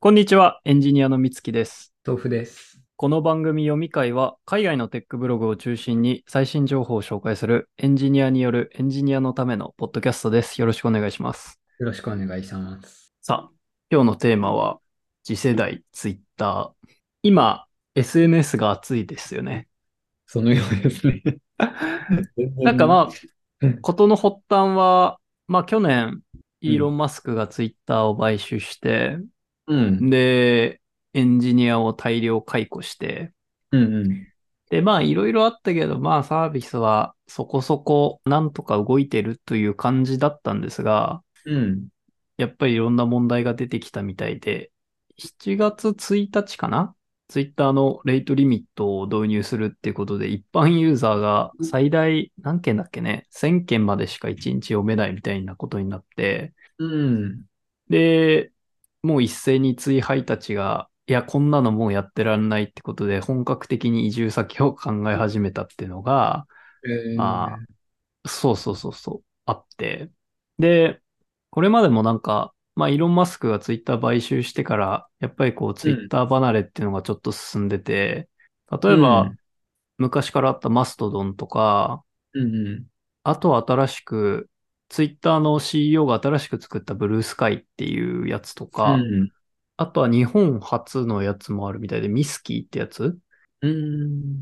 こんにちは、エンジニアのみつきです。 豆腐です。 この番組読み会は、海外のテックブログを中心に最新情報を紹介するエンジニアによるエンジニアのためのポッドキャストです。よろしくお願いします。 よろしくお願いします。 さあ、今日のテーマは、次世代ツイッター。今、SNS が熱いですよね。 そのようですね。全然。 なんかまあ、事の発端は、去年、 うん。 イーロン・マスクがツイッターを買収して、 うん。 で、エンジニアを大量解雇して、 うん。うん。 で、いろいろあったけど、サービスはそこそこなんとか動いてるという感じだったんですが、 うん。 やっぱりいろんな問題が出てきたみたいで、7月1日かな、ツイッターのレイトリミットを導入するっていうことで、一般ユーザーが最大何件だっけね、1000件までしか1日読めないみたいなことになって、 うん。 で、もう一斉にツイハイたちが、いや、こんなのもうやってらんないってことで、本格的に移住先を考え始めたっていうのが、 えまー、 そうそうそうそう、あって。で、これまでもイーロン・マスクがツイッター買収してから、やっぱりこう、ツイッうん。 ター離れっていうのがちょっと進んでて、例うえば、 ん。 昔からあったマストドンとか、 うん。 あとは新しく、ツイッターの CEO が新しく作ったブルースカイっていうやつとか、 うん。 あとは日本初のやつもあるみたいで、ミスキーってやつうん。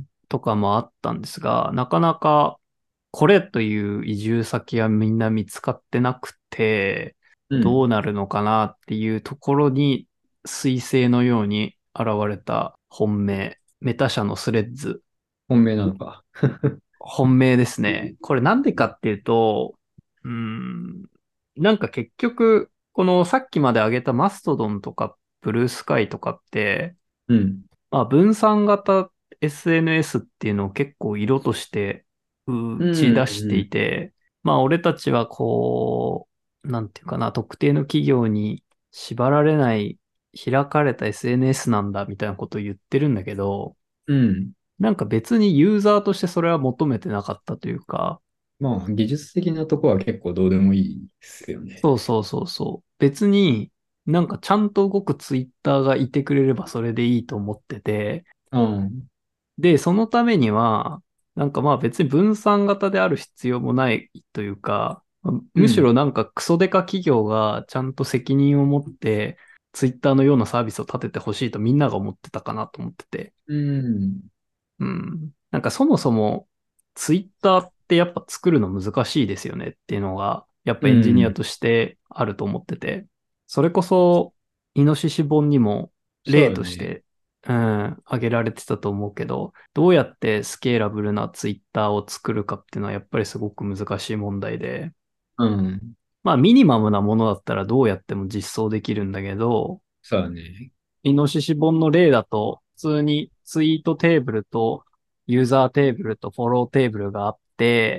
とかもあったんですが、なかなかこれという移住先はみんな見つかってなくて、 うん。 どうなるのかなっていうところに、彗星のように現れた本命、メタ社のスレッズ。 本命なのか。 本命ですね。これなんでかっていうと、結局、このさっきまで挙げたマストドンとかブルースカイとかって、 うん。 分散型 SNS っていうのを結構色として打ちうん。 出していて、俺たちはこう、なんていうかな、特定の企業に縛られない開かれた SNS なんだみたいなことを言ってるんだけど、 うん。 なんか別にユーザーとしてそれは求めてなかったというか、 まあ、技術的なとこは結構どうでもいいですよね。 そうそうそうそう。別になんかちゃんと動くツイッターがいてくれればそれでいいと思ってて、 うん。 で、そのためには、別に分散型である必要もないというか、むしうん。 ろなんかクソデカ企業がちゃんと責任を持ってツイッターのようなサービスを立ててほしいとみんなが思ってたかなと思ってて。 うん。 うん。なんかそもそもツイッターってやっぱ作るの難しいですよねっていうのがやっぱうエンジニアん。 としてあると思ってて。それこそイノシシ本にも例そうだね。 として挙げられてたと思うけど、どうやってスケーラブルなツイッターを作るかっていうのはやっぱりすごく難しい問題で、 うん。 ミニマムなものだったらどうやっても実装できるんだけど、 そうだね。 イノシシ本の例だと、普通にツイートテーブルとユーザーテーブルとフォローテーブルがあって、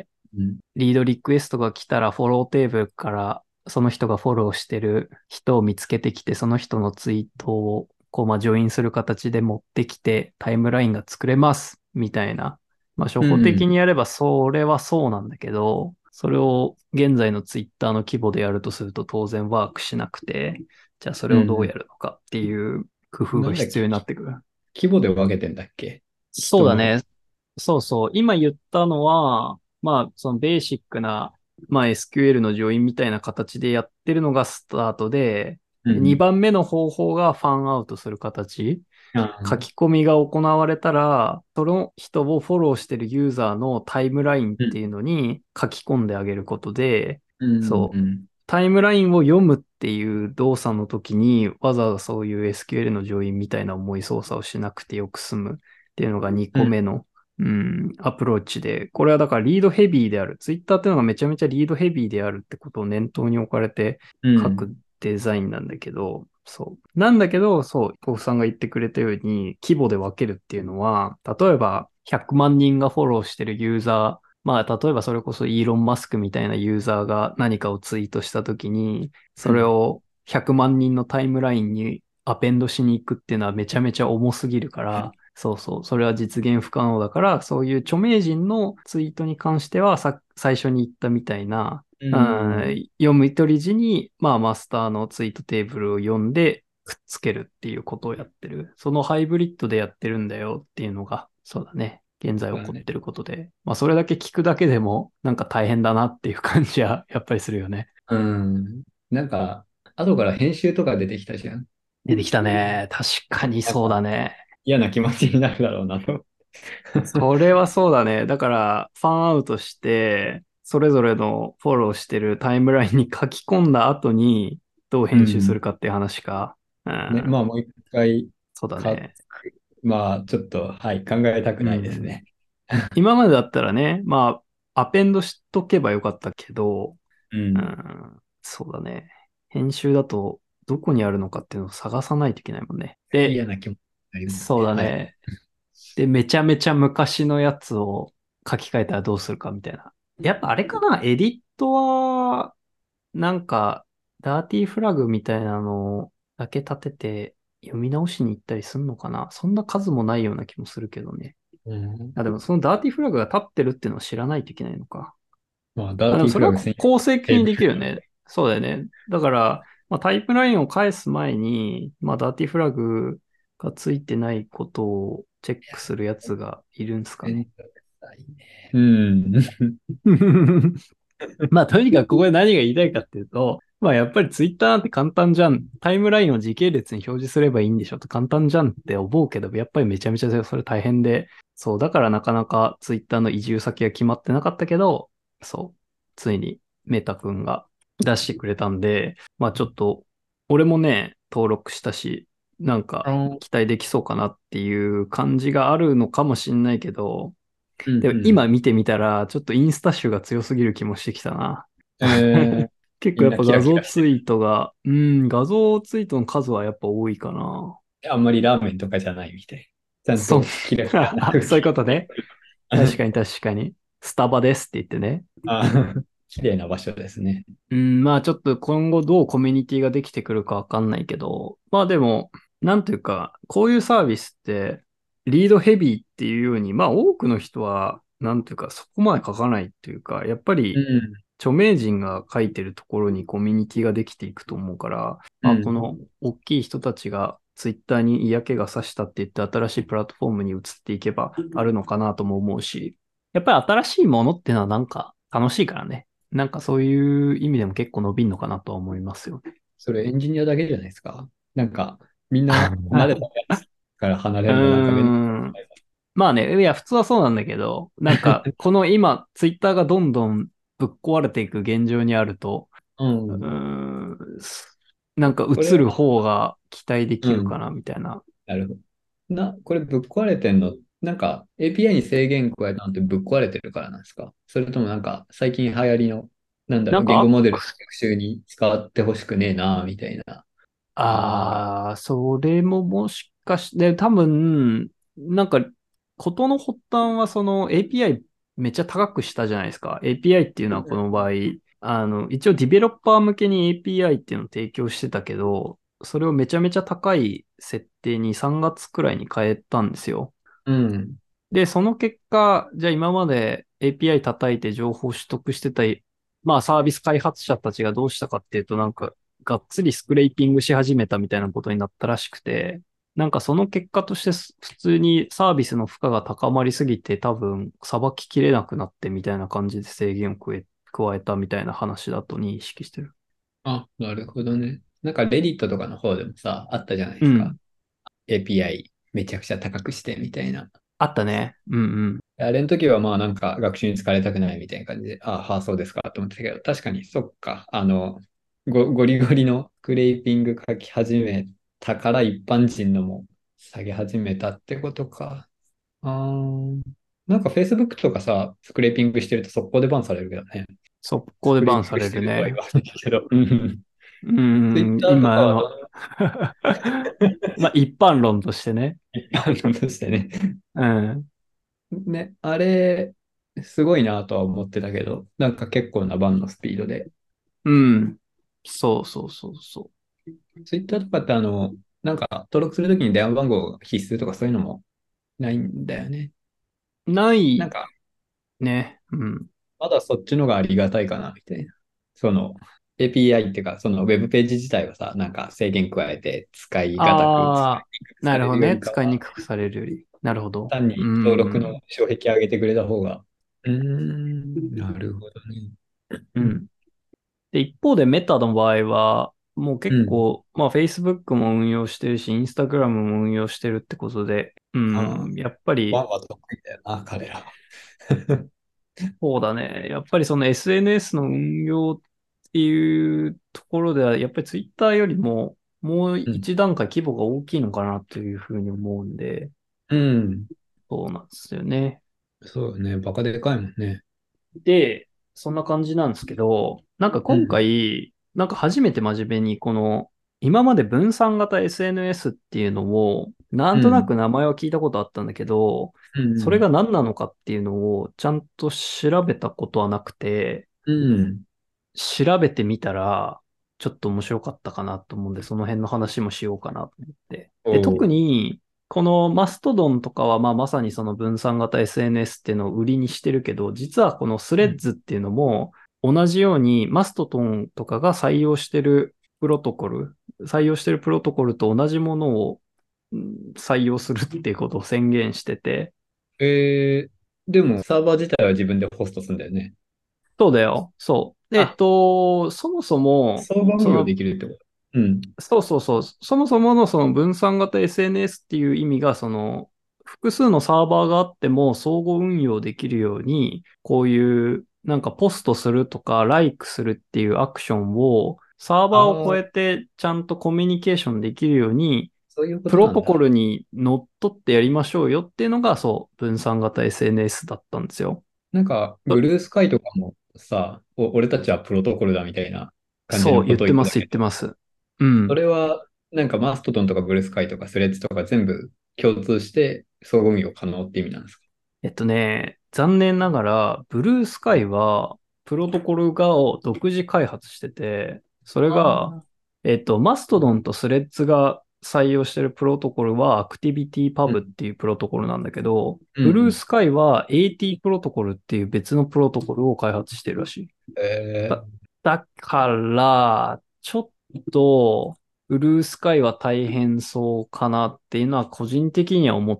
うん。 リードリクエストが来たらフォローテーブルからその人がフォローしてる人を見つけてきて、その人のツイートをジョインする形で持ってきてタイムラインが作れます、みたいな。初う歩的ん。 にやればそれはそうなんだけど、それを現在のツイッターの規模でやるとすると当然ワークしなくて、じゃあそれをどううん。 やるのかっていう工夫が必要なんだっけ、 になってくる。 規模で分けてんだっけ？人の。 そうだね。そうそう。今言ったのは、そのベーシックな、SQL のジョインみたいな形でやってるのがスタートで、 うん 2番目の方法がファンアウトする形。 うん。ああ。 書き込みが行われたら、その人をフォローしてるユーザーのタイムラインっうん。 ていうのに書き込んであげることで、 うん。 そう。 うん。 タイムラインを読むっていう動作の時に、わざわざそういう SQL のジョインみたいな重い操作をしなくてよく済むっていうのが2 うん。 個目の、アプローチで、これはだからリードヘビーである。ツイッターっていうのがめちゃめちゃリードヘビーであるってことを念頭に置かれてう書くん。 デザインなんだけど、そう。なんだけど、そう、豆腐さんが言ってくれたように、規模で分けるっていうのは、例えば100万人がフォローしてるユーザー、例えばそれこそイーロン・マスクみたいなユーザーが何かをツイートしたときに、 うん。 それを100万人のタイムラインにアペンドしに行くっていうのはめちゃめちゃ重すぎるから、そうそう、それは実現不可能だから、そういう著名人のツイートに関しては最初に言ったみたいな、 うん。 読み取り時に、マスターのツイートテーブルを読んで、 くっつけるっていうことをやってる。そのハイブリッドでやってるんだよっていうのが、そうだね。現在起そうだね。 こってることで。まあそれだけ聞くだけでもなんか大変だなっていう感じはやっぱりするよね。 うん。なんか、後から編集とか出てきたじゃん。 出てきたね。確かにそうだなんか、 ね。 嫌な気持ちになるだろうなと。 それはそうだね。だから、ファンアウトして、それぞれのフォローしてるタイムラインに書き込んだ後に、どう編集すうん。 るかっていう話か。うね、まあん。 もう一回そうだか、 ね。 まあちょっと、はい、考えたくうないですん。 ね。 今までだったらね、まあ、アペンドしとけばよかったけど、ううん。 ん、そうだね。編集だと、どこにあるのかっていうのを探さないといけないもんね。で、 嫌な気持ちになりますそうね。はい。 だね。で、めちゃめちゃ昔のやつを書き換えたらどうするかみたいな。やっぱあれかな、エディットは、なんか、ダーティーフラグみたいなのだけ立てて読み直しに行ったりすんのかな。そんな数もないような気もするけどね。 うん。 あ、でもそのダーティーフラグが立ってるっていうのを知らないといけないのか。 まあ、ダあ、 ーティーでもそれはフラグ専用公正的にできテーブル。 るよね。そうだよね。だから、まあ、タイプラインを返す前に、まあ、ダーティーフラグがついてないことをチェックするやつがいるんですかね。 めんどくさいね。うん。 まあ、とにかくここで何が言いたいかっていうと、まあ、やっぱりツイッターなんて簡単じゃん。タイムラインを時系列に表示すればいいんでしょって簡単じゃんって思うけど、やっぱりめちゃめちゃそれ大変で、そう、だからなかなかツイッターの移住先が決まってなかったけど、そう、ついにメタ君が出してくれたんで、まあちょっと、俺もね、登録したし、なんかあ期待できそうかなっていう感じがあるのかもしんないけど、 うんでも今うん。 見てみたら、ちょっとインスタ集が強すぎる気もしてきたな。 えー、 結構みんなキラやっぱ画キラしてる。 像ツイートが、画像ツイートの数はやっぱ多いかな。 あんまりラーメンとかじゃないみたい。ちゃんそん、 とキラキラなそういう時。 ことね。確かに確かに。スタバですって言ってね。 あ、綺麗な場所ですね。 まあちょっと今後どうコミュニティができてくるかわかんないけど、まあでも、なんというか、こういうサービスってリードヘビーっていうように、まあ多くの人は、なんというかそこまで書かないっていうか、やっぱりうん。 著名人が書いてるところにコミュニティができていくと思うから、まあこうん。 の大きい人たちがツイッターに嫌気がさしたって言って新しいプラットフォームに移っていけばあるのかなとも思うし、やっぱり新しいものっていうのはなんか楽しいからね。なんかそういう意味でも結構伸びんのかなとは思いますよね。 それエンジニアだけじゃないですか。なんか、みんな慣れたやつから離れうーるのなんかめんどくん。 さい。 まあね、いや、普通はそうなんだけど、なんか、この今、ツイッターがどんどんぶっ壊れていく現状にあると、 ううーん。 ん、なんかこれは、 映る方が期待できうん。 るかな、みたいな。 なるほど。これぶっ壊れてんの、なんか API に制限加えたのってぶっ壊れてるからなんですか？それともなんか最近流行りの、言語なんか、 モデル学習に使ってほしくねえな、みたいな。 それももしかして、多分、なんか、ことの発端はその API めっちゃ高くしたじゃないですか。API っていうのはこの場合、一応ディベロッパー向けに API っていうのを提供してたけど、それをめちゃめちゃ高い設定に3月くらいに変えたんですよ。 うん。 で、その結果、じゃあ今まで API 叩いて情報取得してた、まあサービス開発者たちがどうしたかっていうと、なんか、がっつりスクレーピングし始めたみたいなことになったらしくて、なんかその結果として普通にサービスの負荷が高まりすぎて多分さばききれなくなってみたいな感じで制限を加えたみたいな話だと認識してる。 あ、なるほどね。なんかレディットとかの方でもさ、あったじゃないですか。 うん。 API めちゃくちゃ高くしてみたいな。 あったね。うんうん。 あれの時はまあなんか学習に疲れたくないみたいな感じで、あはあ、そうですかと思ってたけど、確かにそっか。ゴリゴリのクレーピング書き始めたから一般人のも下げ始めたってことか。あー、なんか Facebook とかさ、スクレーピングしてると速攻でバンされるけどね。 速スクレー攻でバンさピングしてるとは言れるね。 わないけど。うん。 うん、 Twitter とかはど今のまあ一般論としてね。 一般論としてね。 うん。 ね、あれ、すごいなとは思ってたけど、なんか結構なバンのスピードで。 うん。そうそうそうそツイッターとかってなんか登録するときに電話番号必須とかそういうのもないんだよね。 う。ないなんか、 ね。うん。 まだそっちのがありがたいかな、みたいな。その、 API っていうか、そのウェブページ自体はさ、なんか制限加えて使いがたく、使ああ、 いにくくされるよなるほどね。 りかは、 使いにくくされるより。なるほど。 単にうー登録のん。 障壁上げてくれた方が。なるほどね。 うん。で、一方でメタの場合は、もううん。 結構、まあ Facebook も運用してるし、Instagram も運用してるってことで、 ああ、 やっぱり、 ワンは得意だよな、彼らは。 そうだね。やっぱりその SNS の運用っていうところでは、やっぱり Twitter よりも、もううん。 一段階規模が大きいのかなというふうに思うんで、 うん。 そうなんですよね。 そうね、バカでかいもんね。 で、そんな感じなんですけど、なんか今うん。 回、なんか初めて真面目にこの、今まで分散型 SNS っていうのを、なんとなうん。 く名前は聞いたことあったんだけど、 うん。 それが何なのかっていうのをちゃんと調べたことはなくて、 うん。 調べてみたら、ちょっと面白かったかなと思うんで、その辺の話もしようかなと思って。で、特おー。 に、このマストドンとかは、まあ、まさにその分散型 SNS っていうのを売りにしてるけど、実はこのスレうん。 ッズっていうのも、同じようにマストドンとかが採用してるプロトコル、採用してるプロトコルと同じものを採用するっていうことを宣言してて、 でも、サーバー自体は自分でホストするんだよね。 そうだよ。そう。で、 あ、 そもそも、 サーバー運用でそのきるってこと？うん。 そうそうそう。そもそものその分散型 SNS っていう意味が、その複数のサーバーがあっても相互運用できるように、こういうなんかポストするとか、ライクするっていうアクションをサーバーを超ああ、 えてちゃんとコミュニケーションできるように、 そういうこプロトコとなんだ。 ルにのっとってやりましょうよっていうのが、そう、分散型 SNS だったんですよ。 なんか、ブルースカイとかもさ、俺たちはプロトコルだみたいな感じそう、 のことを言ってます、言言ってたけど、 ってます。うん。 それは、なんかマストドンとかブルースカイとかスレッズとか全部共通して相互運用可能って意味なんですか？ 残念ながら、ブルースカイは、プロトコルがを独自開発してて、それが、 ああマストドンとスレッズが採用してるプロトコルは、アクティビティパー、うブっん。 ていうプロトコルなんだけど、ブルーうん。 スカイは AT プロトコルっていう別のプロトコルを開発してるらしい。だ、 えだから、ちょっと、ブルースカイは大変そうかなっていうのは個人的には思って、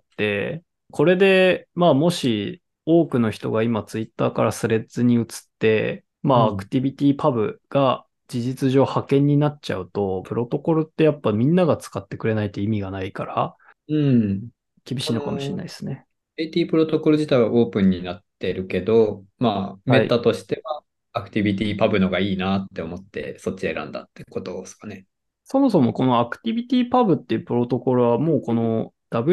これで、まあもし多くの人が今ツイッターからスレッズに移って、まあアクうん。 ティビティパブが事実上派遣になっちゃうと、プロトコルってやっぱみんなが使ってくれないと意味がないからうん。 厳しいのかもしれないですね。 AT プロトコル自体はオープンになってるけど、まあ、メはい。 タとしてはアクティビティパブのがいいなって思って、そっち選んだってことですかね。 そもそもこのアクティビティパブっていうプロトコルはもうこの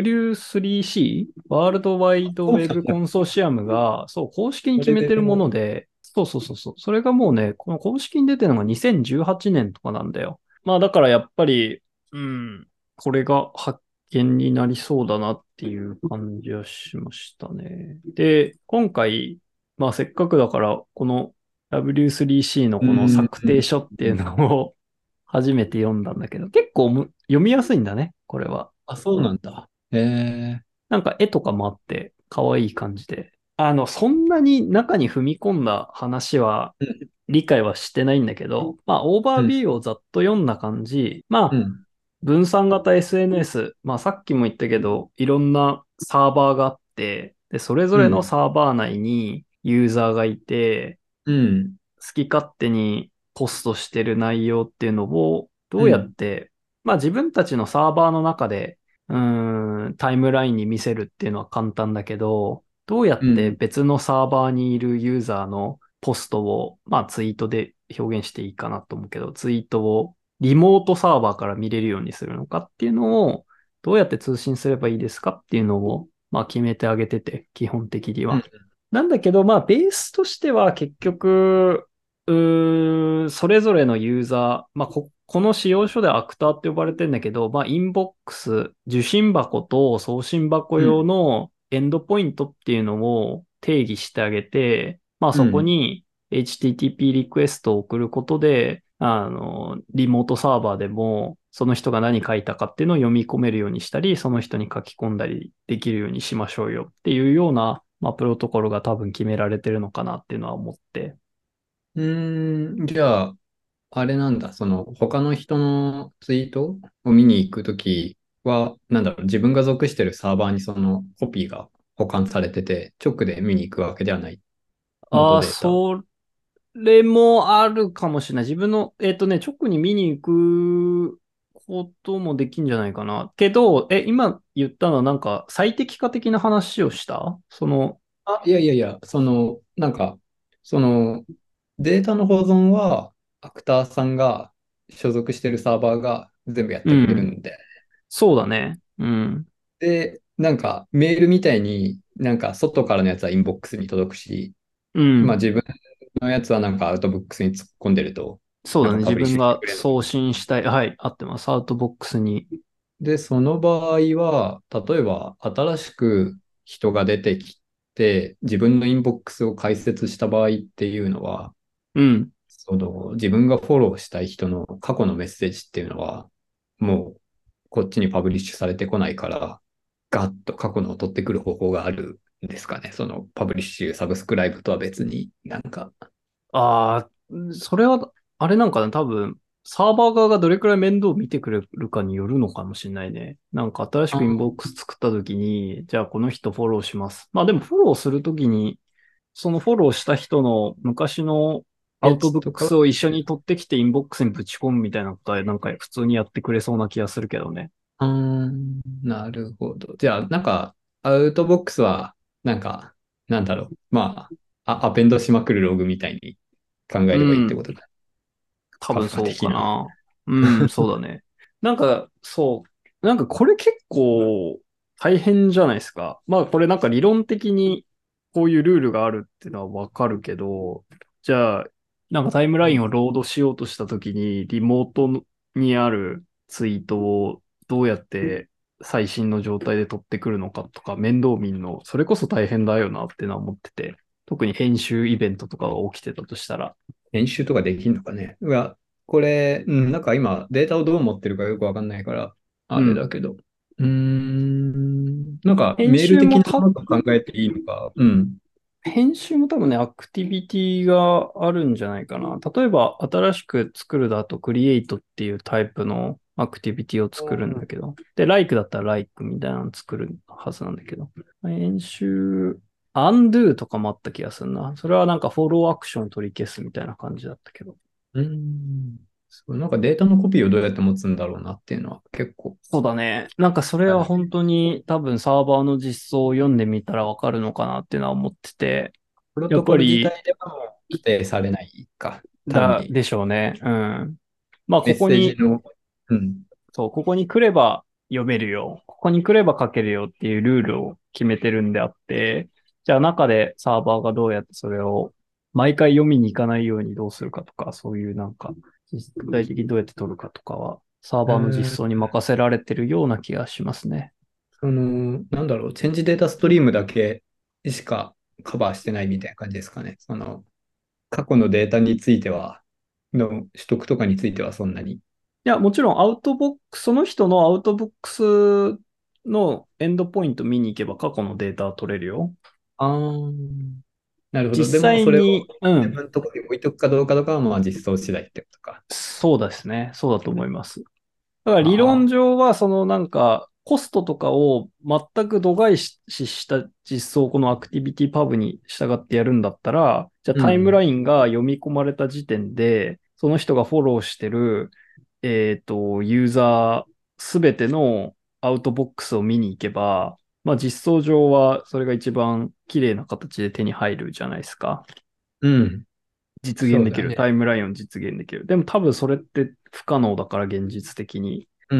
W3C、ワールドワイドウェブそうなんだ。 コンソーシアムが、そう、公式にそれ決めてるもでも、 ので、そうそうそうそう。それがもうね、この公式に出てるのが2018年とかなんだよ。まあだからやっぱり、これが発見になりそうだなっていう感じはしましたね。で、今回、まあせっかくだから、この W3C のうこのん。 策定書っていうのを初めて読んだんだけど、結構読みやすいんだね、これは。 あ、そうなんだ。 なんか絵とかもあって可愛い感じで。そんなに中に踏み込んだ話はうん。 理解はしてないんだけど、まあ、オーバーうん。 ビューをざっと読んだ感じ、まあ、 うん。 分散型 SNS、まあ、さっきも言ったけど、いろんなサーバーがあって、で、それぞれのうん。 サーバー内にユーザーがいて、 うん。 好き勝手にポストしてる内容っていうのをどうやっうん。 て、まあ自分たちのサーバーの中で、タイムラインに見せるっていうのは簡単だけど、どうやってうん。 別のサーバーにいるユーザーのポストを、まあツイートで表現していいかなと思うけど、ツイートをリモートサーバーから見れるようにするのかっていうのを、どうやって通信すればいいですかっていうのを、まあ決めてあげてて、基本的にうん。 は。なんだけど、まあ、ベースとしては結局、それぞれのユーザー、まあ、この仕様書でアクターって呼ばれてんだけど、まあ、インボックス、受信箱と送信箱用うん。 のエンドポイントっていうのを定義してあげて、まあ、そこうん。 に HTTP リクエストを送ることで、リモートサーバーでも、その人が何書いたかっていうのを読み込めるようにしたり、その人に書き込んだりできるようにしましょうよっていうような、まあ、プロトコルが多分決められてるのかなっていうのは思って。 じゃあ、 あれなんだ、その他の人のツイートを見に行くときは、なんだろう、自分が属してるサーバーにそのコピーが保管されてて、直で見に行くわけではない。 ああ、 元データ。 それもあるかもしれない。自分の、直に見に行くこともできんじゃないかな。けど、今言ったのはなんか最適化的な話をしたその、 あ、いやいやいや、その、なんか、その、データの保存は、アクターさんが所属してるサーバーが全部やってくれるうん、 んで、 そうだね。うん、 で、なんか、メールみたいになんか、外からのやつはインボックスに届くし、 うん。 まあ自分のやつはなんかアウトボックスに突っ込んでると、 そうだね。 なんかパブリッシュして自分がくれるのか。 送信したい。はい、合ってます。アウトボックスに。 で、その場合は、例えば新しく人が出てきて、自分のインボックスを開設した場合っていうのは、 うん。 その自分がフォローしたい人の過去のメッセージっていうのは、もうこっちにパブリッシュされてこないから、ガッと過去のを取ってくる方法があるんですかね。そのパブリッシュ、サブスクライブとは別になんか。 ああ、それは、あれなんかな、多分、サーバー側がどれくらい面倒を見てくれるかによるのかもしれないね。なんか新しくインボックス作った時に、じゃあこの人フォローします。まあでもフォローするときに、そのフォローした人の昔のアウトブッエッジとかは、 クスを一緒に取ってきてインボックスにぶち込むみたいなことはなんか普通にやってくれそうな気がするけどね。 なるほど。じゃあ、なんか、アウトボックスは、なんか、なんだろう。まあ、アペンドしまくるログみたいに考えうればいいってこん。 とか。カフカ多分そう的な。 かな。うん、そうだね。なんか、そう。なんかこれ結構大変じゃないですか。まあこれなんか理論的にこういうルールがあるっていうのはわかるけど、じゃあ、なんかタイムラインをロードしようとしたときに、リモートにあるツイートをどうやって最新の状態で取ってくるのかとか面倒見んの、それこそ大変だよなってのは思ってて、特に編集イベントとかが起きてたとしたら。 編集とかできるのかね。これ、なんか今、データをどう持ってるかよくわかんないから、あれだうん。 けど。なんか、 編メール的なも集もか、 のと考えていいのか。うん。 編集も多分ね、アクティビティがあるんじゃないかな。例えば、新しく作るだと、クリエイトっていうタイプのアクティビティを作るんだけど、で、ライクだったらライクみたいなの作るはずなんだけど、編集、アンドゥとかもあった気がするな。それはなんかフォローアクション取り消すみたいな感じだったけど。 そう、なんかデータのコピーをどうやって持つんだろうなっていうのは結構、 そうだね。なんかそれは本当に多分サーバーの実装を読んでみたらわかるのかなっていうのは思ってて、やっプロトコル自ぱり、 体ではもう規定されないか。単にでしょうね。うん。まあ、 メッここに、 セージの、うん。 そう、ここに来れば読めるよ。ここに来れば書けるよっていうルールを決めてるんであって、じゃあ中でサーバーがどうやってそれを毎回読みに行かないようにどうするかとか、そういうなんか、具体的にどうやって取るかとかは、サーバーの実装に任せられてるような気がしますね。 その、なんだろう、チェンジデータストリームだけしかカバーしてないみたいな感じですかね。その、過去のデータについては、の取得とかについてはそんなに。 いや、もちろんアウトボックス、その人のアウトボックスのエンドポイント見に行けば過去のデータは取れるよ。 ああ、なるほど。で実も、それを際に、うん。 自分のところに置いとくかどうかとかは、まあ実装次第ってことか。 そうですね。そうだと思います。だから理論ああ、 上は、そのなんか、コストとかを全く度外視した実装をこのアクティビティパブに従ってやるんだったら、じゃあタイムラうん。 インが読み込まれた時点で、その人がフォローしてる、ユーザーすべてのアウトボックスを見に行けば、まあ実装上はそれが一番綺麗な形で手に入るじゃないですか。 うん。 実現できる。タそうだね。 イムラインを実現できる。でも多分それって不可能だから現実的に。 うん。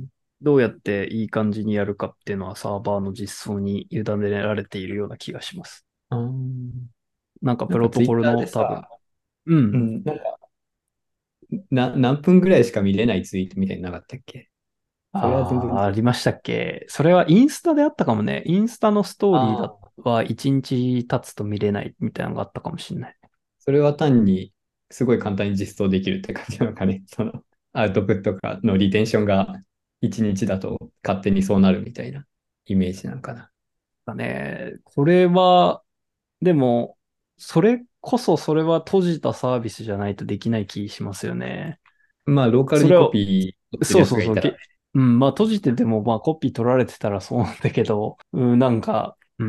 どうやっていい感じにやるかっていうのはサーバーの実装に委ねられているような気がします。 あーなんかプなんかロトコルツイッターでの多分。 さ、 うん。 なんか何分ぐらいしか見れないツイートみたいになかったっけ？それは全然。 ああ、ありましたっけ？それはインスタであったかもね。インスタのストーリーだああ、 は1日経つと見れないみたいなのがあったかもしれない。 それは単にすごい簡単に実装できるって感じなのかね。そのアウトプットかのリテンションが1日だと勝手にそうなるみたいなイメージなのかな。 だね。これは、でも、それこそそれは閉じたサービスじゃないとできない気しますよね。 まあ、ローカルにコそれを、 ピー取ってるやつそうそうそう、 がいたらね。 うん、まあ閉じてても、まあコピー取られてたらそうなんだけど、うん、なんか、うん、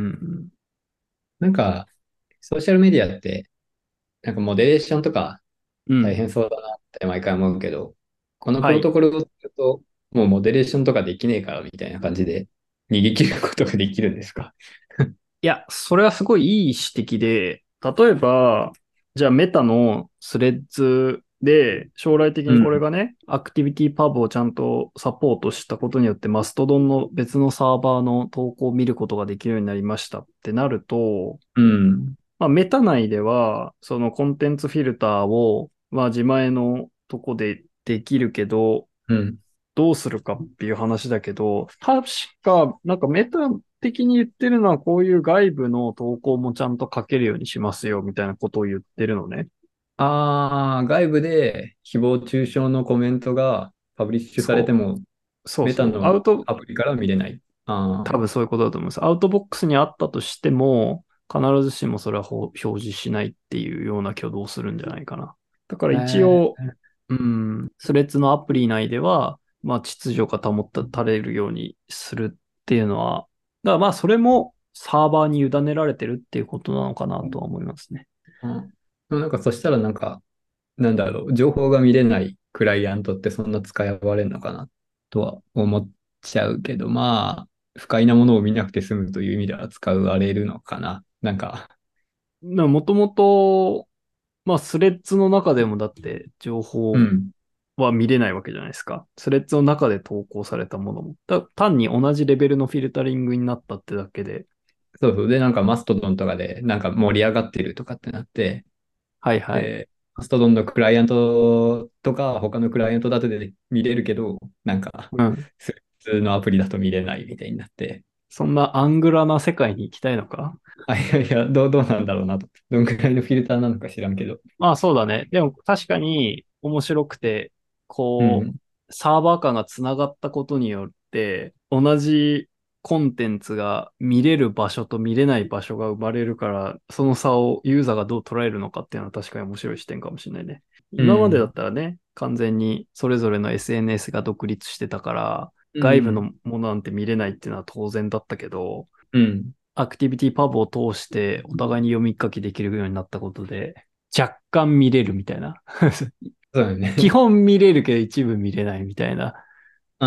なんか、ソーシャルメディアって、なんかモデレーションとかうん、 大変そうだなって毎回思うけど、このプはい。 ロトコルをすると、もうモデレーションとかできねえからみたいな感じで逃げ切ることができるんですか？ いや、それはすごいいい指摘で、例えば、じゃあメタのスレッズで、将来的にこれうん。 がね、アクティビティパブをちゃんとサポートしたことによって、マストドンの別のサーバーの投稿を見ることができるようになりましたってなると、 うん。 まあ、メタ内では、そのコンテンツフィルターを、まあ、自前のとこでできるけど、 うん。 どうするかっていう話だけど、確か、なんかメタ的に言ってるのは、こういう外部の投稿もちゃんと書けるようにしますよ、みたいなことを言ってるのね。 ああ、外部で誹謗中傷のコメントがパブリッシュされてそも、 う。そうそう。 メタのアプリからは見れない。ああ、 多分そういうことだと思います。アウトボックスにあったとしても、必ずしもそれは表示しないっていうような挙動をするんじゃないかな。だから一応、 えうん、スレッズのアプリ内では、まあ、秩序が保たれるようにするっていうのは、だからまあ、それもサーバーに委ねられてるっていうことなのかなとは思いますね。 うん。でもなんかそしたらなんか、なんだろう、情報が見れないクライアントってそんな使いわれるのかなとは思っちゃうけど、まあ、不快なものを見なくて済むという意味では使われるのかな。なんか、 もともと、まあ、スレッズの中でもだって情報うん。 は見れないわけじゃないですか。スレッズの中で投稿されたものも。単に同じレベルのフィルタリングになったってだけで。 そうそう。で、なんかマストドンとかでなんか盛り上がってるとかってなって、 はいはい。 で、マストドンのクライアントとか他のクライアントだとで見れるけど、なんか、 うん。 普通のアプリだと見れないみたいになって、 そんなアングラな世界に行きたいのか？ あ、いやいや、どうなんだろうなと。どんくらいのフィルターなのか知らんけど。 まあそうだね。でも確かに面白くて、こうん。 う、サーバー間がつながったことによって、同じコンテンツが見れる場所と見れない場所が生まれるから、その差をユーザーがどう捉えるのかっていうのは確かに面白い視点かもしれないね。今までだっうん。 たらね、完全にそれぞれの SNS が独立してたから、外部うん。 のものなんて見れないっていうのは当然だったけど、 うん。 アクティビティパブを通してお互いに読み書きできるようになったことで、若干見れるみたいな。 そうだよね。 基本見れるけど一部見れないみたいな。 うん。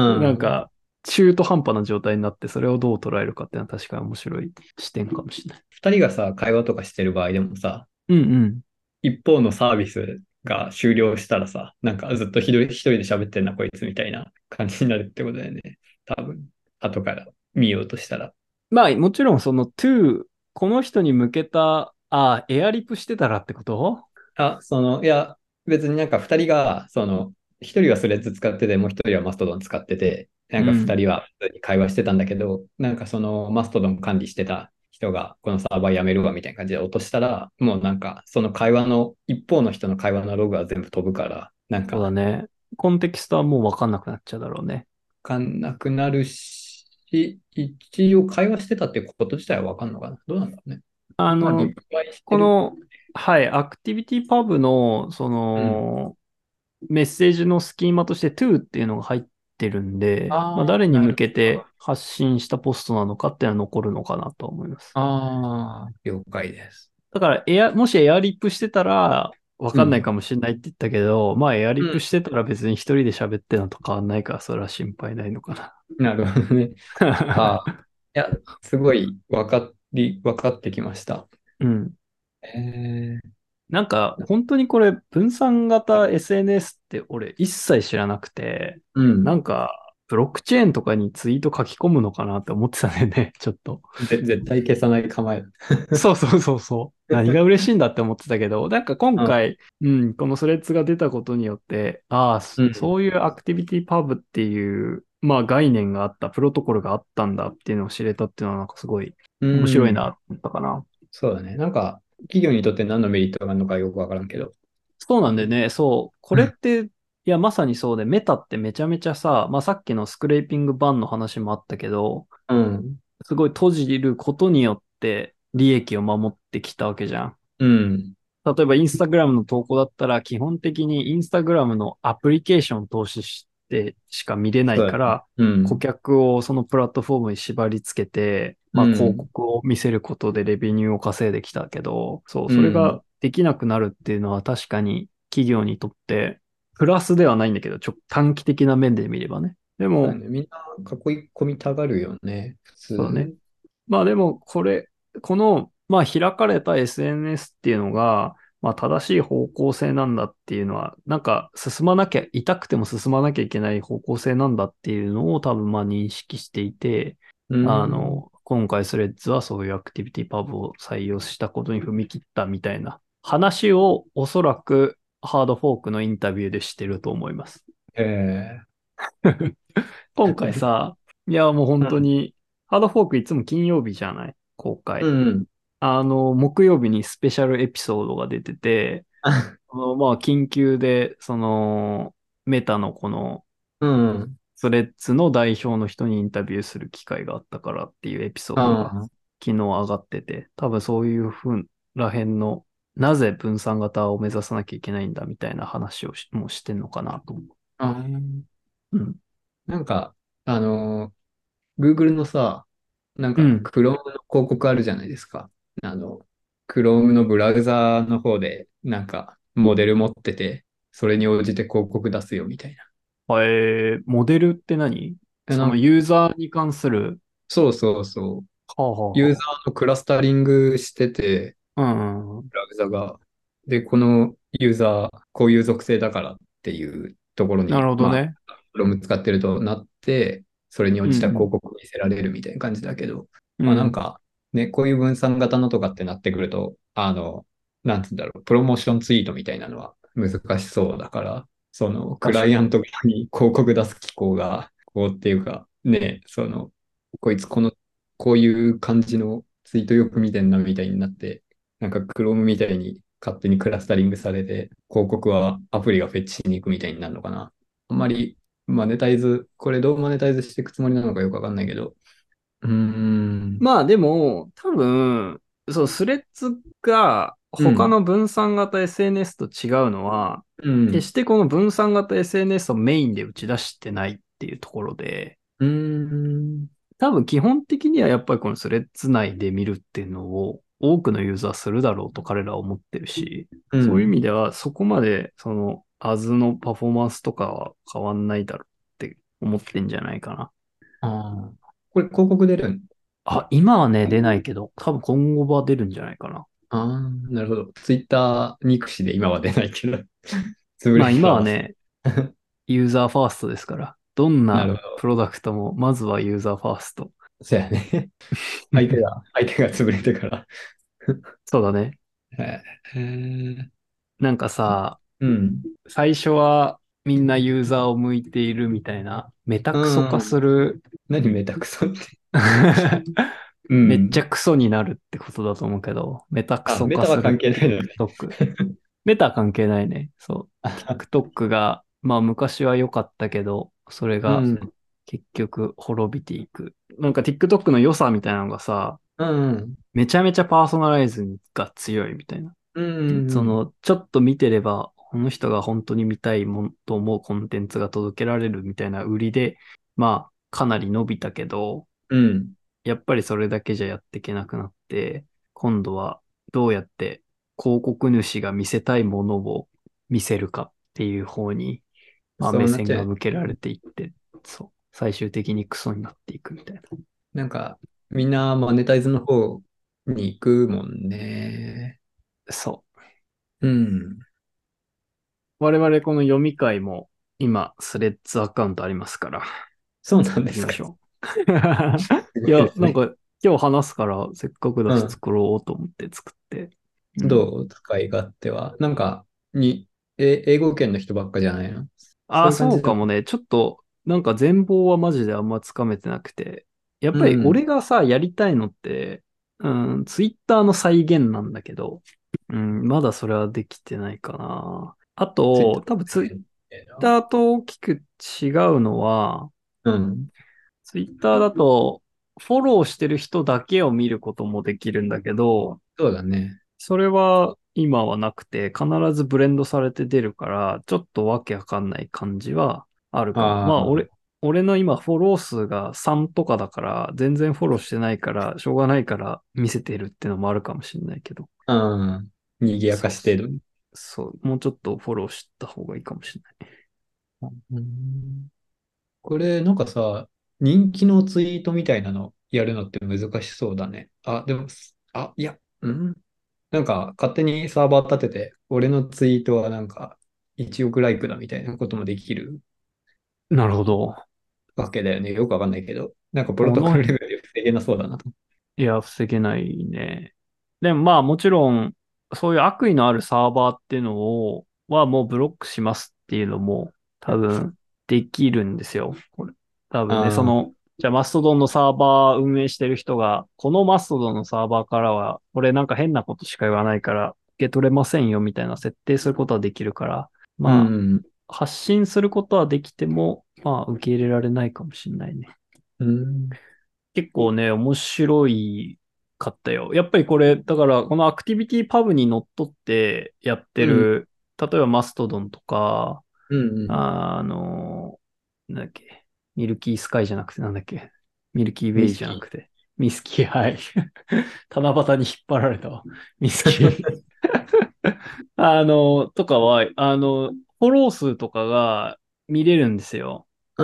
なんか、中途半端な状態になって、それをどう捉えるかっていうのは確かに面白い視点かもしれない。 二人がさ、会話とかしてる場合でもさ、 うんうん。 一方のサービスが終了したらさ、なんかずっと一人で喋ってんな、こいつみたいな感じになるってことだよね。多分、後から見ようとしたら。 まあ、もちろんその to、この人に向けた、エアリプしてたらってこと？ あ、いや、別になんか二人が、一人はスレッズ使ってて、もう一人はマストドン使ってて、なんか二うん。 人は普通に会話してたんだけど、なんかそのマストドン管理してた人が、このサーバーやめるわみたいな感じで落としたら、もうなんか、その会話の、一方の人の会話のログは全部飛ぶから、なんか、 そうだね。コンテキストはもうわかんなくなっちゃうだろうね。 わかんなくなるし、一応会話してたってこと自体はわかんのかな？どうなんだろうね。まあ、リあの、 プライしてる。 この、はい、アクティビティパブの、 うん。 メッセージのスキーマとして to っていうのが入ってるんで、まあ、 ああ、 誰に向なるけて発信したポストなのかっていうのは残るのかなと思います。 ああ、了解です。 だから、もしエアリップしてたら、わかんないうん。 かもしれないって言ったけど、まあ、エアリップうん。 してたら別に一人で喋ってるのと変わんないから、それは心配ないのかなるほどね。あな。 あ、いや、すごい分かってきました。 うん。 えー、 なんか、本当にこれ、分散型 SNS って俺一切知らなくて、 うん。 なんか、ブロックチェーンとかにツイート書き込むのかなって思ってたんだよね、ちょっと。 絶対消さない構え。 そうそうそうそう。何が嬉しいんだって思ってたけど、なんか今うん。 回、このスレッズが出たことによって、 うん。 そういうアクティビティパブっていう、まあ概念があった、プロトコルがあったんだっていうのを知れたっていうのはなんかすごいう面白いん。 なと思ったかな。 そうだね。なんか、企業にとって何のメリットがあるのかよくわからんけど。 そうなんでね、そう。これって、いや、まさにそうで、メタってめちゃめちゃさ、まあさっきのスクレーピングバンの話もあったけど、 うん。 すごい閉じることによって利益を守ってきたわけじゃん。 うん。 例えばインスタグラムの投稿だったら、基本的にインスタグラムのアプリケーションを投資してしか見れなそうだね。 いから、顧うん。 客をそのプラットフォームに縛り付けて、 うまあ広ん。 告を見せることでレベニューを稼いできたけど、そう、 うん。 それができなくなるっていうのは確かに企業にとってプラスではないんだけど、短期的な面で見ればね。でも、 そうだね。みんな囲い込みたがるよね。普そうだね。 通。 まあでも、この、まあ開かれた SNS っていうのが、まあ正しい方向性なんだっていうのは、なんか進まなきゃ、痛くても進まなきゃいけない方向性なんだっていうのを多分まあ認識していて、 うん。 今回スレッズはそういうアクティビティパブを採用したことに踏み切ったみたいな話をおそらくハードフォークのインタビューでしてると思います。 ええ。 今回さ、いやもう本うん。 当に、ハードフォークいつも金曜日じゃない公開。 うん。 木曜日にスペシャルエピソードが出てて、まあ、緊急で、メタのこの、 うん。 スレッズの代表の人にインタビューする機会があったからっていうエピソードがあ昨日上がってて、多分そういうふうらへんの、なぜ分散型を目指さなきゃいけないんだみたいな話をもうしてんのかなと思あ。ああ。 う。うん。 なんか、Google のさ、なんかうん。 Chrome の広告あるじゃないですか。Chrome のブラウザーの方で、なんか、モデル持ってて、それに応じて広告出すよみたいな。 モデルって何？ え、 そのユーザーに関する、 そうそうそう。 はあはユーザあはーのクラスタリングしてて、 あ。うん。 ブラウザが。で、このユーザー、こういう属性だからっていうところなるに、まほどね。 あ、Chrome 使ってるとなって、それに応じた広うん告を見せられるみたいな感じだけど、 うん。 まあうん。 なんか、ね、こういう分散型のとかってなってくると、なんて言うんだろう、プロモーションツイートみたいなのは難しそうだから、そのクライアン確かに。 ト側に広告出す機構が、こうっていうか、ね、こいつこういう感じのツイートよく見てんなみたいになって、なんか Chrome みたいに勝手にクラスタリングされて、広告はアプリがフェッチしに行くみたいになるのかな。あんまりこれどうマネタイズしていくつもりなのかよくわかんないけど。うーん。 まあでも、多分、そう、スレッズが他うん。 の分散型 SNS と違うのは、 うん。 決してこの分散型 SNS をメインで打ち出してないっていうところで、 うーん。 多分基本的にはやっぱりこのスレッズ内で見るっていうのを多くのユーザーするだろうと彼らは思ってるし、そういう意うん。 味ではそこまでその As のパフォーマンスとかは変わんないだろうって思ってんじゃないかな。 ああ。これ広告出るん？ あ、今はね、出ないけど、多分今後は出るんじゃないかな。 ああー、なるほど。ツイッター憎しで今は出ないけど、潰まあれたら出す。 今はね、ユーザーファーストですから、どんななるほど。 プロダクトも、まずはユーザーファースト。 そうやね。相手が潰れてから。 そうだね。 へえ。 なんかさ、 うん。 最初はみんなユーザーを向いているみたいな、メタうクソ化ん。 する何メタクソって。うめっちん。 ゃクソになるってことだと思うけど、メタクあ、 ソメタは関化する係ないのね。 TikTok。メタ関係ないね。そう。 あ TikTok が、まあ昔は良かったけど、それがうん。 結局滅びていく。なんか TikTok の良さみたいなのがさ、 うん。 めちゃめちゃパーソナライズが強いみたいな。 うん。 ちょっと見てれば、この人が本当に見たいもんと思うコンテンツが届けられるみたいな売りで、まあ、かなり伸びたけど、 うん。 やっぱりそれだけじゃやっていけなくなって、今度はどうやって広告主が見せたいものを見せるかっていう方に、まあ、 そ目うなっちゃう。 線が向けられていって、そう、最終的にクソになっていくみたいな。 なんか、みんなマネタイズの方に行くもんね。 そう。 うん。 我々この読み会も今、スレッズアカウントありますから、 そうなんですか。 行きましょう。 すごいや、 いですね。 なんか今日話すから、せっかくだしうん。 作ろうと思って作って。うん。 どう使い勝手は。なんか、英語圏の人ばっかじゃないの？そあ、 ういう感じでも。 そうかもね。ちょっと、なんか全貌はマジであんまつかめてなくて。やっぱりうん。 俺がさ、やりたいのって、ツイッターの再現なんだけど、まだそれはできてないかな。あと、 ツイッタ多分ツイッー。 ターと大きく違うのは、 うん。 ツイッターだと、フォローしてる人だけを見ることもできるんだけど、 そうだね。 それは今はなくて、必ずブレンドされて出るから、ちょっとわけわかんない感じはあるかも。まあ、 あ俺の今フォロー数が3とかだから、全然フォローしてないから、しょうがないから見せてるってのもあるかもしれないけど。 あ、うん。賑やかそうそう。 し程度に。 そう、もうちょっとフォローした方がいいかもしれない。 うん。これ、なんかさ、人気のツイートみたいなのやるのって難しそうだね。あ、でも、いや、なんか勝手にサーバー立てて、俺のツイートはなんか1億ライクだみたいなこともできるなるほど。 わけだよね。よくわかんないけど。なんかプロトコこの、 ルレベルで防げなそうだなと。 いや、防げないね。でもまあもちろん、そういう悪意のあるサーバーっていうのはもうブロックしますっていうのも多分できるんですよ。これ。多分ね、 ああ、 じゃあマストドンのサーバー運営してる人が、このマストドンのサーバーからは、これなんか変なことしか言わないから、受け取れませんよみたいな設定することはできるから、 うまん、 あ、発信することはできても、まあ、受け入れられないかもしれないね。 うん、 結構ね、面白いかったよ。やっぱりこれ、だから、このアクティビティパブにのっとってやってうん、 る、例えばマストドンとか、 うん、うん。 あの、なんだっけ、ミルキースカイじゃなくてなんだっけ、ミルキーウェイミスキじゃなくて、ミスキー、はい。七夕に引っ張られたわ。ミスキー。 ー。 とかは、フォロー数とかが見れるんですよ。 うん。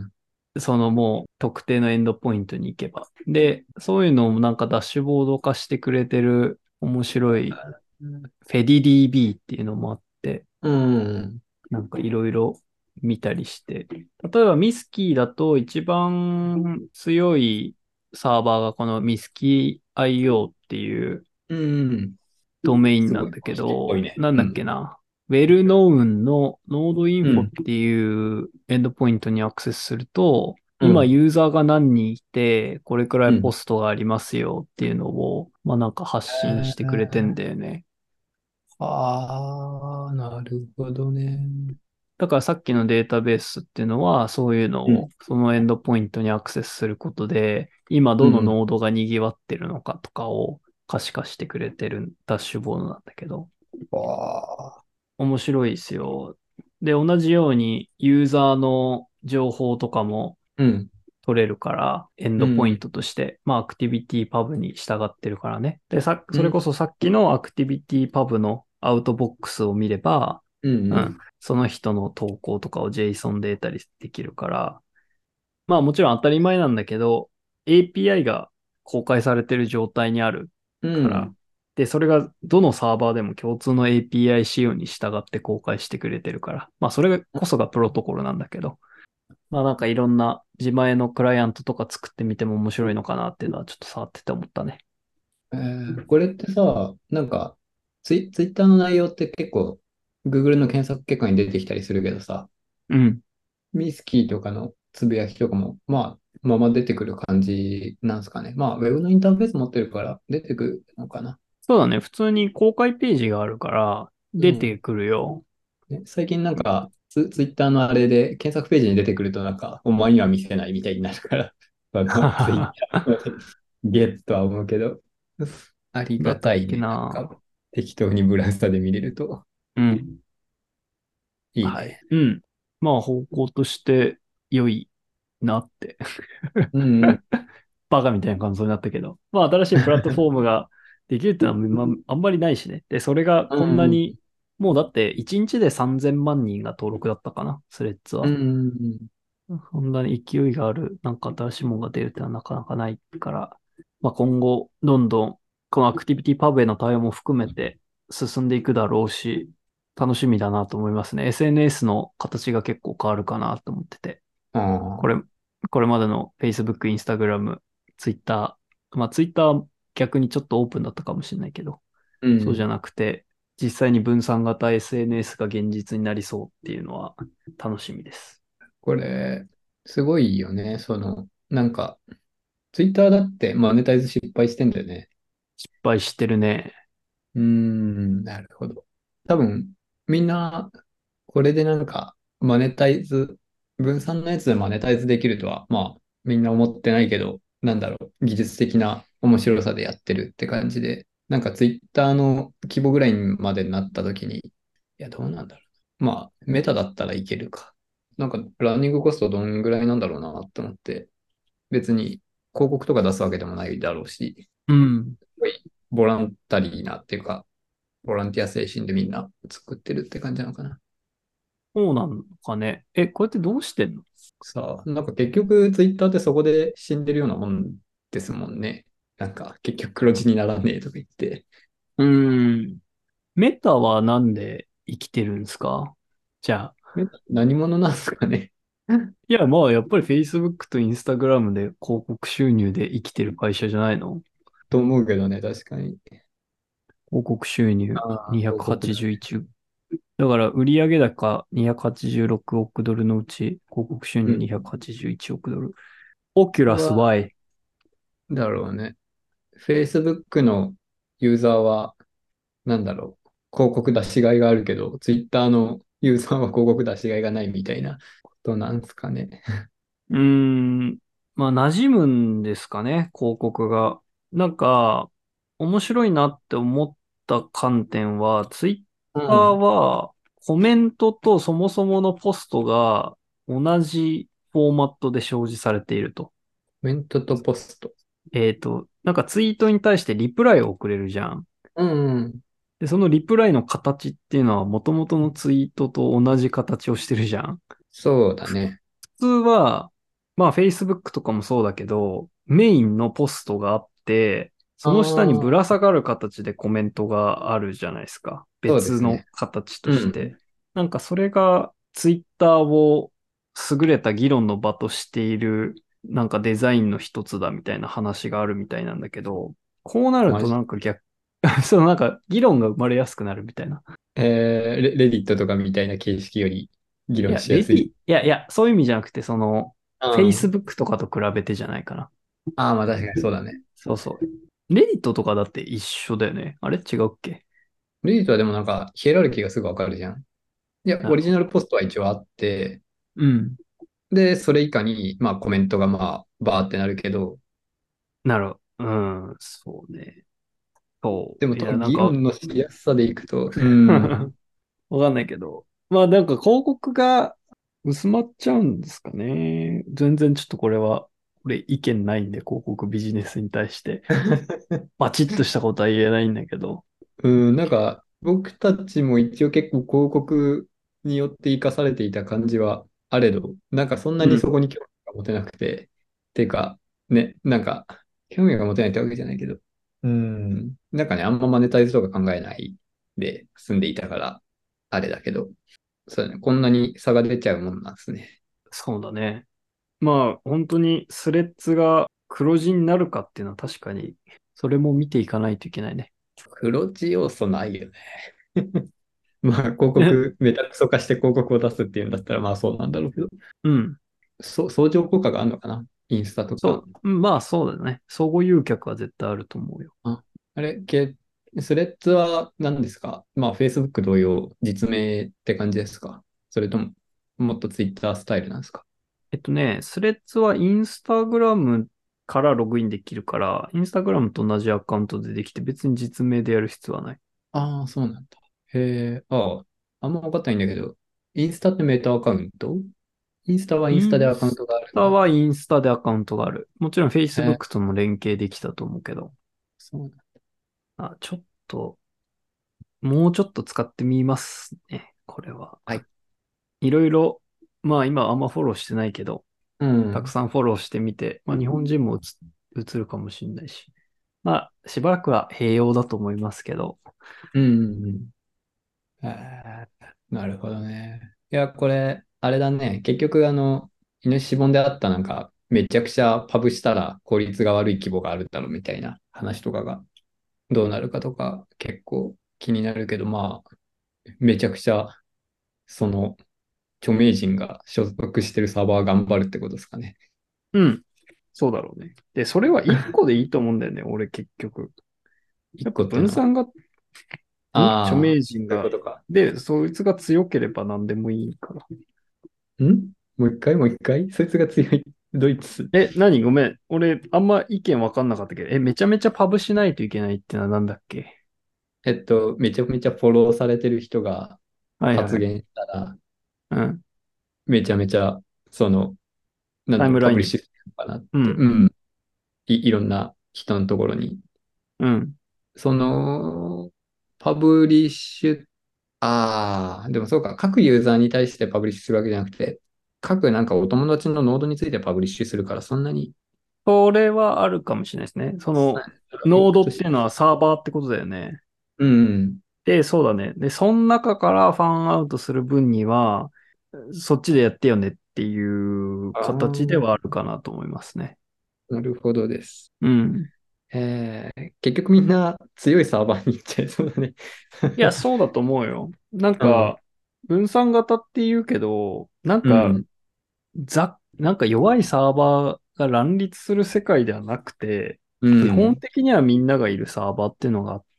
そのもう特定のエンドポイントに行けば。で、そういうのをなんかダッシュボード化してくれてる面白いフェディ DB っていうのもあって、 うん。 なんかいろいろ見たりして。例えばミスキーだと一番強いサーバーがこのミスキー IO っていううん。 ドメインすごいなんだけ公式っぽいど、 ね。 なんだっうん。 けな。ウェルノウンのノードインフォっうん。 ていうエンドポイントにアクセスすると、 うん。 今ユーザーが何人いて、これくらいポうん。 ストがありますよっていうのを、まあなんか発信してくれてんだよね。 ああ、なるほどね。 だからさっきのデータベースっていうのは、そういうのうん。 を、そのエンドポイントにアクセスすることで、今どのうん。 ノードが賑わってるのかとかを可視化してくれてるダッシュボードなんだけど、 わあ。 面白いですよ。で、同じようにユーザーの情報とかもうん。 取れるから、エンドポインうん。 トとして、まあ、アクティビティパブに従ってるからね。で、 うん。 それこそさっきのアクティビティパブのアウトボックスを見れば、 うん。 うん、その人の投稿とかを JSON で得たりできるから、まあもちろん当たり前なんだけど、API が公開されてる状態にあるうから、 ん。 で、それがどのサーバーでも共通の API 仕様に従って公開してくれてるから、まあそれこそがプロトコルなんだけど、まあなんかいろんな自前のクライアントとか作ってみても面白いのかなっていうのはちょっと触ってて思ったね。 これってさ、なんか、ツイッターの内容って結構、Google の検索結果に出てきたりするけどさ、 うん。 ミスキーとかのつぶやきとかも、まま出てくる感じなんですかね。まあ、ウェブのインターフェース持ってるから出てくるのかな。 そうだね。普通に公開ページがあるから出てうん。 くるよ。 ね、最近なんか、ツイッターのあれで検索ページに出てくるとなんか、お前には見せないみたいになるから、ツイッターでゲッとは思うけど、ありだったっけがたいね。なんな。 か、適当にブラウザで見れるとうん。はい。 いいね。 うん。まあ方向として良いなって。 うんうん。 バカみたいな感想になったけど。まあ新しいプラットフォームができるってのは、あんまりないしね。で、それがうこんなんに、もうだって1日で3000万人が登録だったかな、スレッズうん。 は。 うん。 そんなに勢いがある、なんか新しいものが出るってのはなかなかないから、まあ今後、どんどん、このアクティビティパブへの対応も含めて進んでいくだろうし、楽しみだなと思いますね。SNS の形が結構変わるかなと思ってて。 あこれ、 あ。 これまでの Facebook、Instagram、Twitter、まあ Twitter は逆にちょっとオープンだったかもしれないけど、 うん。 そうじゃなくて、実際に分散型 SNS が現実になりそうっていうのは楽しみです。 これ、すごいよね。なんか、ツイッターだってマネタイズ失敗してんだよね。 失敗してるね。 なるほど。多分、みんな、これでなんか、分散のやつでマネタイズできるとは、みんな思ってないけど、なんだろう、技術的な面白さでやってるって感じで。 なんかツイッターの規模ぐらいまでになった時に、いや、どうなんだろう。まあ、メタだったらいけるか。なんか、ランニングコストどんぐらいなんだろうなって思って、別に広告とか出すわけでもないだろうし、 うん。 すごいボランタリーなっていうか、ボランティア精神でみんな作ってるって感じなのかな。 そうなのかね。こうやってどうしてんの？ さあ、なんか結局ツイッターってそこで死んでるようなもんですもんね。なんか結局黒字にならねえとか言って。 うーん。メタはなんで生きてるんですか？じゃあ。 何者なんですかね。 いや、まあ、やっぱり Facebook と Instagram で広告収入で生きてる会社じゃないの？ と思うけどね、確かに。 広告収入ああ、広告だ。 281。だから、売上高286億ドルのうち、広告収入うん。 281億ドル。オキュラスこれは、 Y。 だろうね。Facebook のユーザーは、なんだろう。広告出しがいがあるけど、Twitter のユーザーは広告出しがいがないみたいなことなんですかね。 うーん。まあ、馴染むんですかね、広告が。なんか、面白いなって思った観点は、ツイッターうん。 は、コメントとそもそものポストが同じフォーマットで表示されていると。 コメントとポスト。 なんかツイートに対してリプライを送れるじゃん。 うんうん。 で、そのリプライの形っていうのは元々のツイートと同じ形をしてるじゃん。 そうだね。 普通は、まあ Facebook とかもそうだけど、メインのポストがあって、その下にぶらああ、 下がる形でコメントがあるじゃないですか。別のそうですね。 形とうして。 ん。 なんかそれが Twitter を優れた議論の場としているなんかデザインの一つだみたいな話があるみたいなんだけど、こうなるとマジ。 なんか逆、そのなんか議論が生まれやすくなるみたいな。 レディットとかみたいな形式より議論いや、 しやすい。 そういう意味じゃなくて、 うん。 Facebook とかと比べてじゃないかな。 ああ、まあ確かにそうだね。 そうそう。レディットとかだって一緒だよね。あれ違うっけ？ レディットはでもなんかヒエラルキーがすぐわかるじゃん。いや、オリジナルポストは一応あって、 うん。 で、それ以下に、まあコメントがまあ、バーってなるけど、 なるほど。うん、そうね。そう。いや、 でもなんか議論のしやすさでいくと、うん。 わかんないけど。まあなんか広告が薄まっちゃうんですかね。全然ちょっとこれは、これ意見ないんで、広告ビジネスに対して。バチッとしたことは言えないんだけど。 うん、なんか、僕たちも一応結構広告によって生かされていた感じはあれど、なんかそんなうん。 にそこに興味が持てなくて、ていうか、ね、なんか、興味が持てないってわけじゃないけど、うん、なんかね、あんまマネタイズとか考えないで済んでいたから、あれだけど、そうだね、こんなに差が出ちゃうもんなんですね。 そうだね。まあ本当にスレッズが黒字になるかっていうのは確かに、それも見ていかないといけないね。 黒字要素ないよね。まあ、広ね。 告、メタクソ化して広告を出すっていうんだったら、まあそうなんだろうけど、 うん。 相乗効果があるのかなインスタとか。 そう。まあそうだね。相互誘客は絶対あると思うよ。 あ、あれ、スレッズは何ですか？まあ、Facebook 同様、実名って感じですか？それとも、もっと Twitter スタイルなんですか？ スレッズはインスタグラムからログインできるから、インスタグラムと同じアカウントでできて別に実名でやる必要はない。 ああー、そうなんだ。へえ、ああ、あんま分かってないんだけど、インスタってメタアカウント？インスタはインスタでインスアカウントがあるんだ。 タはインスタでアカウントがある。もちろんへえ、 Facebook とも連携できたと思うけど。 そうなんだ。 ちょっと、もうちょっと使ってみますね。これは。 はい。 いろいろ、まあ今あんまフォローしてないけど、 うん。 たくさんフォローしてみて、まあ日本人も映るかもしれないし。まあしばらくは併用だと思いますけど。 うんうんうん。なるほどね。いや、これ、あれだね。結局、犬シボンであったなんか、めちゃくちゃパブしたら効率が悪い規模があるだろうみたいな話とかがどうなるかとか結構気になるけど、まあ、めちゃくちゃその著名人が所属してるサーバー頑張るってことですかね。 うん。そうだろうね。で、それは1個でいいと思うんだよね。俺結局。 一やっぱ個ってのは、 分散が、著ああ、 名人が、 そういうことか。 で、そいつが強ければ何でもいいから。 もう一回そいつが強い。 ドイツ。 何ごめん。俺、あんま意見わかんなかったけど、めちゃめちゃパブしないといけないってのはなんだっけ？ めちゃめちゃフォローされてる人がはいはい。 発言したら、 うん。 めちゃめちゃ、なんだろう、 タイムラインに。 パブリッシュするのかなって、 うん。 いろんな人のところに。 うん。 その、パブリッシュ、でもそうか、各ユーザーに対してパブリッシュするわけじゃなくて、各なんかお友達のノードについてパブリッシュするから、そんなに、 それはあるかもしれないですね。 トラフィッノークとして、 ドっていうのはサーバーってことだよね。 うん、 で、そうだね。で、その中からファンアウトする分には、そっちでやってよねっていうあ形ではああ、 るかなと思いますね。 なるほどです。 うん。 結局みんな強いサーバーに行っちゃいそうだね。 いや、そうだと思うよ。なんうん、 か、分散型って言うけど、 うん、 なんか弱いサーバーが乱立する世界ではなくて、 う基本ん、 的にはみんながいるサーバーっていうのがあって、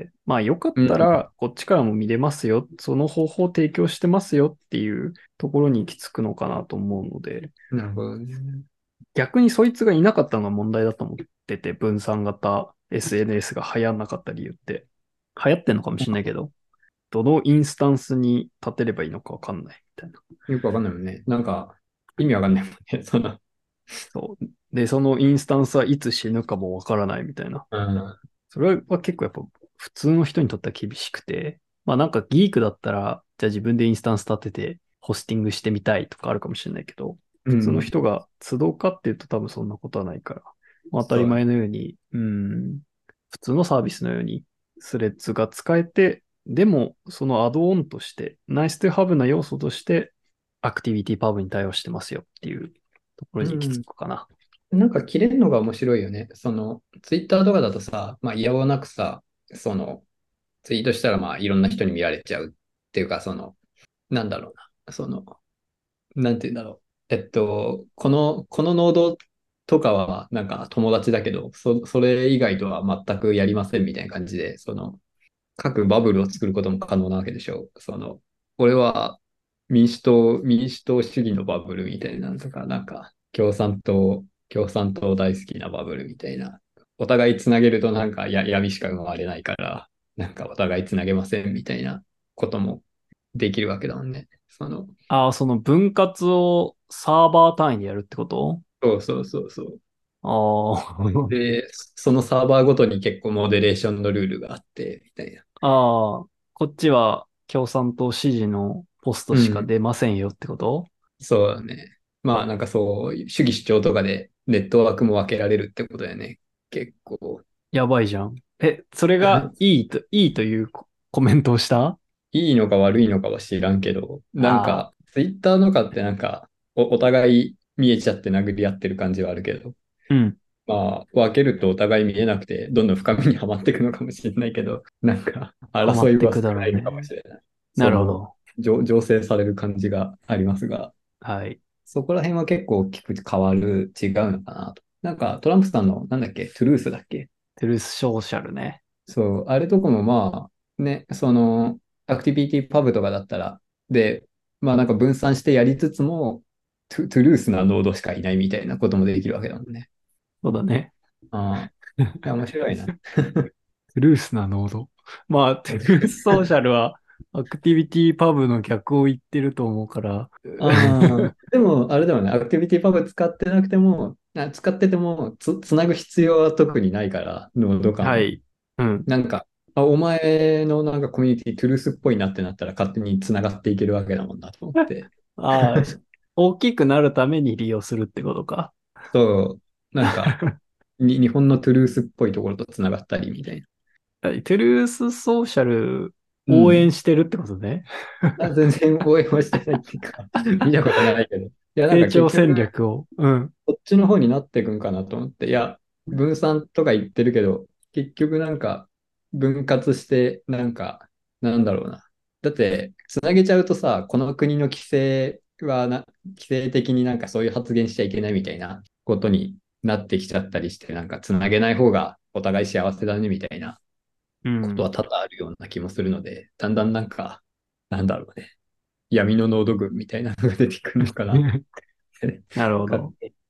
まあよかっうん。 たらこっちからも見れますよ、その方法を提供してますよっていうところに行き着くのかなと思うので、 なるほどね。 逆にそいつがいなかったのが問題だと思ってて、分散型 SNS が流行んなかった理由って。流行ってんのかもしれないけど、どのインスタンスに立てればいいのかわかんないみたいな。 よくわかんないもんね。なんか、意味わかんないもんね。 そう。で、そのインスタンスはいつ死ぬかもわからないみたいな。 うん、 それは結構やっぱ普通の人にとっては厳しくて、まあなんかギークだったら、じゃあ自分でインスタンス立ててホスティングしてみたいとかあるかもしれないけど、普通のうん、 人が集うかっていうと多分そんなことはないから、まあ、当たりそうだね。 前のように、普通のサービスのようにスレッズが使えて、でもそのアドオンとして、ナイストゥハブな要素として、アクティビティパブに対応してますよっていうところに行き着うん。 くかな。 なんか切れるのが面白いよね。ツイッターとかだとさ、まあ、いやおなくさ、ツイートしたら、まあ、いろんな人に見られちゃうっていうか、なんだろうな。なんて言うんだろう。このノードとかは、なんか友達だけど、それ以外とは全くやりませんみたいな感じで、各バブルを作ることも可能なわけでしょう。俺は民主党主義のバブルみたいなのとか、なんか共産党大好きなバブルみたいな。お互いつなげるとなんか闇しか生まれないから、なんかお互いつなげませんみたいなこともできるわけだもんね。 ああ、その分割をサーバー単位でやるってこと？ そうそうそうそう。 ああ。 で、そのサーバーごとに結構モデレーションのルールがあって、みたいな。 ああ、こっちは共産党支持のポストしかうん。 出ませんよってこと？ そうだね。まあなんかそう、主義主張とかでネットワークも分けられるってことだよね。結構。 やばいじゃん。それがいいというコメントをした？ いいのか悪いのかは知らんけど、なんあか、ツイッターとかってなんか、お互い見えちゃって殴り合ってる感じはあるけど、 あ、うん。 まあ、分けるとお互い見えなくて、どんどん深みにはまっていくのかもしれないけど、なんか、 ハマ争いは少ってくだろないのかもうね。 しれない。 なるほど。 醸成される感じがありますが、 はい。 そこら辺は結構大きく変わる、違うのかなと。なんか、トランプさんの、なんだっけ、トゥルースだっけ？ トゥルースソーシャルね。 そう、あれとかもまあ、ね、アクティビティパブとかだったら、で、まあなんか分散してやりつつも、トゥルースなノードしかいないみたいなこともできるわけだもんね。 そうだね。 ああ、いや、面白いな。 トゥルースなノード。まあ、トゥルースソーシャルはアクティビティパブの逆を言ってると思うから。 ああ、でも、あれだよね、アクティビティパブ使ってなくても、使っててもつなぐ必要は特にないから、ノード間を。 はい。うん。 なんか、お前のなんかコミュニティ、トゥルースっぽいなってなったら勝手につながっていけるわけだもんなと思って。 ああ、大きくなるために利用するってことか。 そう、なんか、日本のトゥルースっぽいところとつながったりみたいな。 はい、トゥルースソーシャルうん。 応援してるってことね。 全然応援はしてないっていうか、見たことないけど。いや、なんか結成長戦局、 略を。うん。 こっちの方になっていくんかなと思って。いや、分散とか言ってるけど、結局なんか、分割して、なんか、なんだろうな。だって、つなげちゃうとさ、この国の規制的になんかそういう発言しちゃいけないみたいなことになってきちゃったりして、なんかつなげない方がお互い幸せだねみたいなことはうん。 多々あるような気もするので、だんだんなんか、なんだろうね。闇の濃度群みたいなのが出てくるのかな。 なるほかど。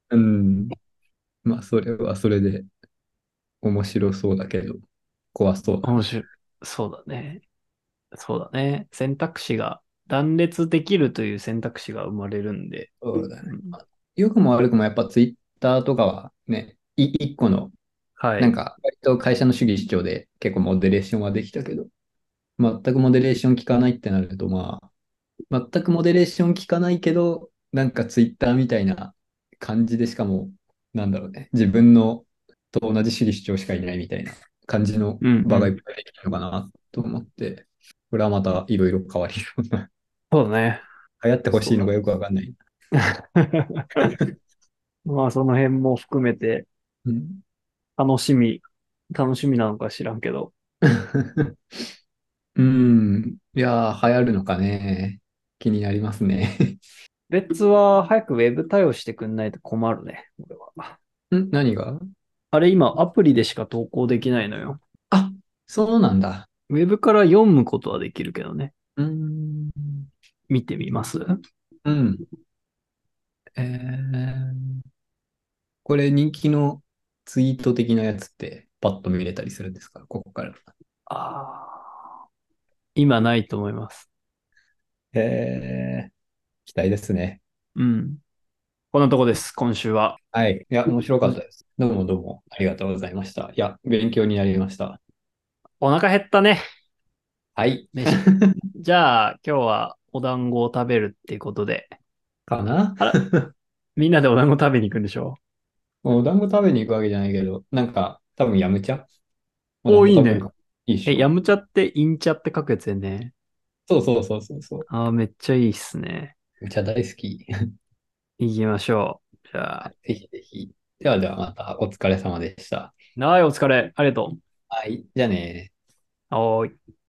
うん。まあ、それはそれで面白そうだけど、怖そうだな。 面白い。そうだね。そうだね。選択肢が、断裂できるという選択肢が生まれるんで。 そうだね。 うん、 良くも悪くもやっぱツイッターとかはね、一個の、 はい。 なんか、割と会社の主義主張で結構モデレーションはできたけど、全くモデレーション効かないってなると、まあ、全くモデレーション効かないけど、なんかツイッターみたいな感じで、しかも、なんだろうね、自分のと同じ主義主張しかいないみたいな感じのうんうん。 場がいっぱいできるのかなと思って、これはまたいろいろ変わりそうな、 そうだね。 流行ってほしそうだ。 いのがよくわかんない。 まあ、その辺も含めて、 うん。 楽しみ、楽しみなのか知らんけど。 うん。いやー、流行るのかね。気になりますね。 レッツは早くウェブ対応してくんないと困るね、これは。 何が？ あれ今アプリでしか投稿できないのよ。 あ、そうなんだ。 ウェブから読むことはできるけどね。 うーん。 見てみます？ うん。えー、これ人気のツイート的なやつってパッと見れたりするんですか、ここから？ ああ、今ないと思います。 期待ですね。 うん。こんなとこです、今週は。 はい。いや、面白かっんたです。どうもどうもありがとうございました。いや、勉強になりました。 お腹減ったね。 はい。 飯。じゃあ、今日はお団子を食べるっていうことで。 かな。 あら、みんなでお団子食べに行くんでしょ？ お団子食べに行くわけじゃないけど、なんか、多分やむちゃお団おー、いいね。 子食べるかも。いいっしえ、ヤょ。 ムチャってインチャって書くやつやね。 そうそうそうそうそう。 ああ、めっちゃいいっすね。 めっちゃ大好き。 行きましょう。じゃあ、 ぜひぜひ。ではではまたお疲れ様でした。 はい、お疲れ。ありがとはい。じゃあね。 う。はーい。